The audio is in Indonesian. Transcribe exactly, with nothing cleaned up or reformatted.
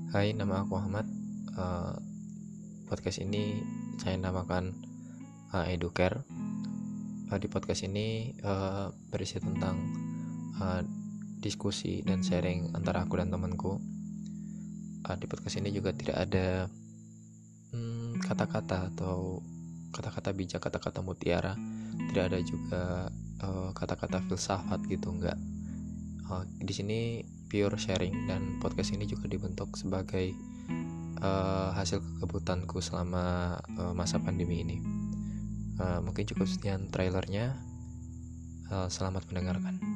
Hai, nama aku Ahmad. Uh, podcast ini saya namakan uh, Educare. Uh, di podcast ini uh, berisi tentang uh, diskusi dan sharing antara aku dan temanku. Uh, di podcast ini juga tidak ada hmm, kata-kata atau kata-kata bijak, kata-kata mutiara. Tidak ada juga uh, kata-kata filsafat gitu, enggak. Uh, di sini pure sharing, dan podcast ini juga dibentuk sebagai uh, hasil kekebutanku selama uh, masa pandemi ini. Uh, mungkin cukup sekian trailernya. Uh, selamat mendengarkan.